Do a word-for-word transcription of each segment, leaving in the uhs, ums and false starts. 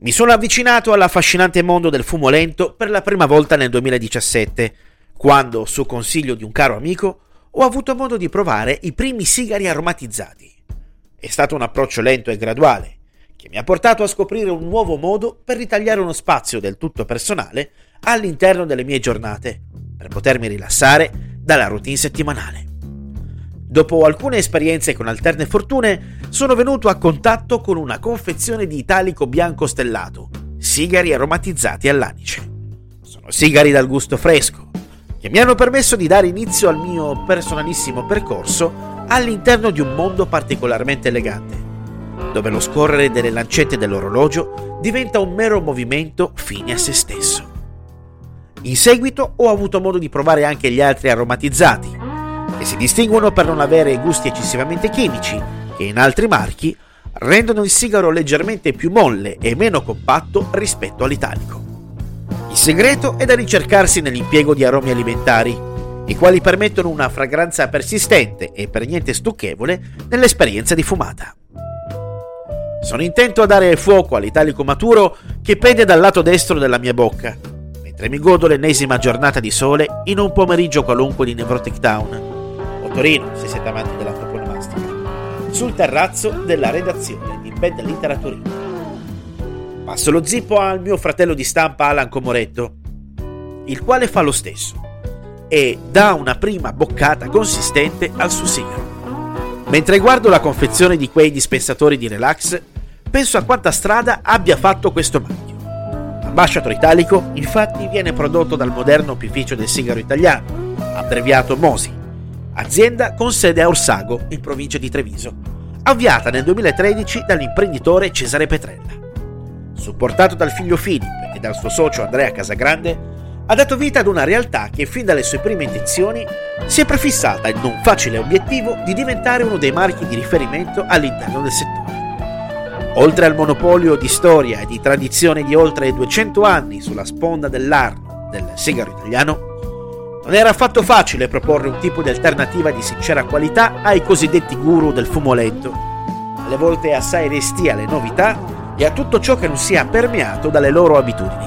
Mi sono avvicinato all'affascinante mondo del fumo lento per la prima volta nel duemiladiciassette, quando, su consiglio di un caro amico, ho avuto modo di provare i primi sigari aromatizzati. È stato un approccio lento e graduale, che mi ha portato a scoprire un nuovo modo per ritagliare uno spazio del tutto personale all'interno delle mie giornate, per potermi rilassare dalla routine settimanale. Dopo alcune esperienze con alterne fortune, sono venuto a contatto con una confezione di italico bianco stellato, sigari aromatizzati all'anice. Sono sigari dal gusto fresco, che mi hanno permesso di dare inizio al mio personalissimo percorso all'interno di un mondo particolarmente elegante, dove lo scorrere delle lancette dell'orologio diventa un mero movimento fine a se stesso. In seguito ho avuto modo di provare anche gli altri aromatizzati, che si distinguono per non avere gusti eccessivamente chimici, che in altri marchi rendono il sigaro leggermente più molle e meno compatto rispetto all'italico. Il segreto è da ricercarsi nell'impiego di aromi alimentari, i quali permettono una fragranza persistente e per niente stucchevole nell'esperienza di fumata. Sono intento a dare fuoco all'italico maturo che pende dal lato destro della mia bocca, mentre mi godo l'ennesima giornata di sole in un pomeriggio qualunque di Nevrotic Town, o Torino se siete amanti della toponomastica, sul terrazzo della redazione di Bad Litera Torino. Passo lo zippo al mio fratello di stampa Alan Comoretto, il quale fa lo stesso e dà una prima boccata consistente al suo sigaro. Mentre guardo la confezione di quei dispensatori di relax, penso a quanta strada abbia fatto questo marchio. L'ambasciatore italico, infatti, viene prodotto dal moderno opificio del sigaro italiano, abbreviato MOSI, azienda con sede a Orsago, in provincia di Treviso, avviata nel duemilatredici dall'imprenditore Cesare Petrella. Supportato dal figlio Philip e dal suo socio Andrea Casagrande, ha dato vita ad una realtà che fin dalle sue prime intenzioni si è prefissata il non facile obiettivo di diventare uno dei marchi di riferimento all'interno del settore. Oltre al monopolio di storia e di tradizione di oltre duecento anni sulla sponda dell'Arno del sigaro italiano, non era affatto facile proporre un tipo di alternativa di sincera qualità ai cosiddetti guru del fumo lento, alle volte assai resti alle novità e a tutto ciò che non sia permeato dalle loro abitudini.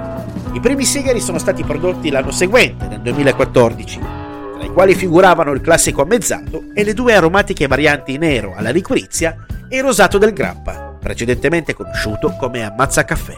I primi sigari sono stati prodotti l'anno seguente, nel duemilaquattordici, tra i quali figuravano il classico ammezzato e le due aromatiche varianti nero alla liquirizia e rosato del grappa, precedentemente conosciuto come ammazza caffè.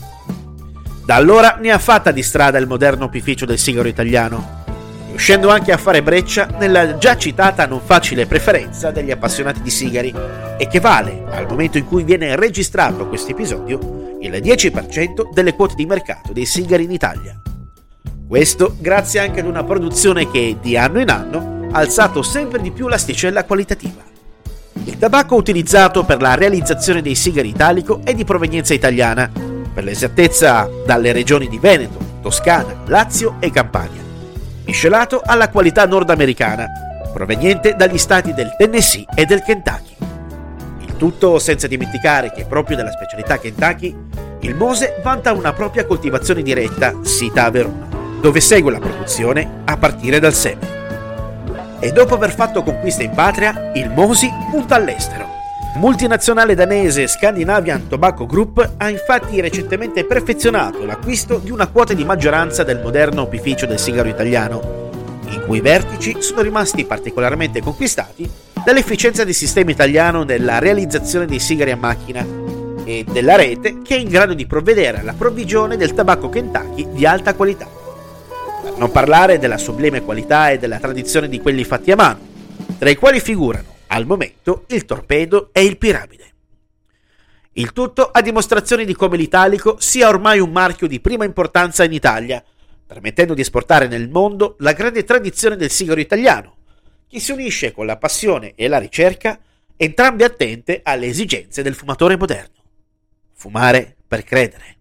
Da allora ne ha fatta di strada il moderno opificio del sigaro italiano, riuscendo anche a fare breccia nella già citata non facile preferenza degli appassionati di sigari, e che vale, al momento in cui viene registrato questo episodio, il dieci per cento delle quote di mercato dei sigari in Italia. Questo grazie anche ad una produzione che, di anno in anno, ha alzato sempre di più l'asticella qualitativa. Il tabacco utilizzato per la realizzazione dei sigari italico è di provenienza italiana, per l'esattezza dalle regioni di Veneto, Toscana, Lazio e Campania, miscelato alla qualità nordamericana, proveniente dagli stati del Tennessee e del Kentucky. Il tutto senza dimenticare che proprio della specialità Kentucky, il Mose vanta una propria coltivazione diretta, sita a Verona, dove segue la produzione a partire dal seme. E dopo aver fatto conquiste in patria, il Mosi punta all'estero. Multinazionale danese Scandinavian Tobacco Group ha infatti recentemente perfezionato l'acquisto di una quota di maggioranza del moderno opificio del sigaro italiano, in cui i vertici sono rimasti particolarmente conquistati dall'efficienza del sistema italiano nella realizzazione dei sigari a macchina e della rete che è in grado di provvedere alla provvigione del tabacco Kentucky di alta qualità. Per non parlare della sublime qualità e della tradizione di quelli fatti a mano, tra i quali figurano al momento il Torpedo e il Piramide. Il tutto a dimostrazione di come l'italico sia ormai un marchio di prima importanza in Italia, permettendo di esportare nel mondo la grande tradizione del sigaro italiano, che si unisce con la passione e la ricerca, entrambe attente alle esigenze del fumatore moderno. Fumare per credere.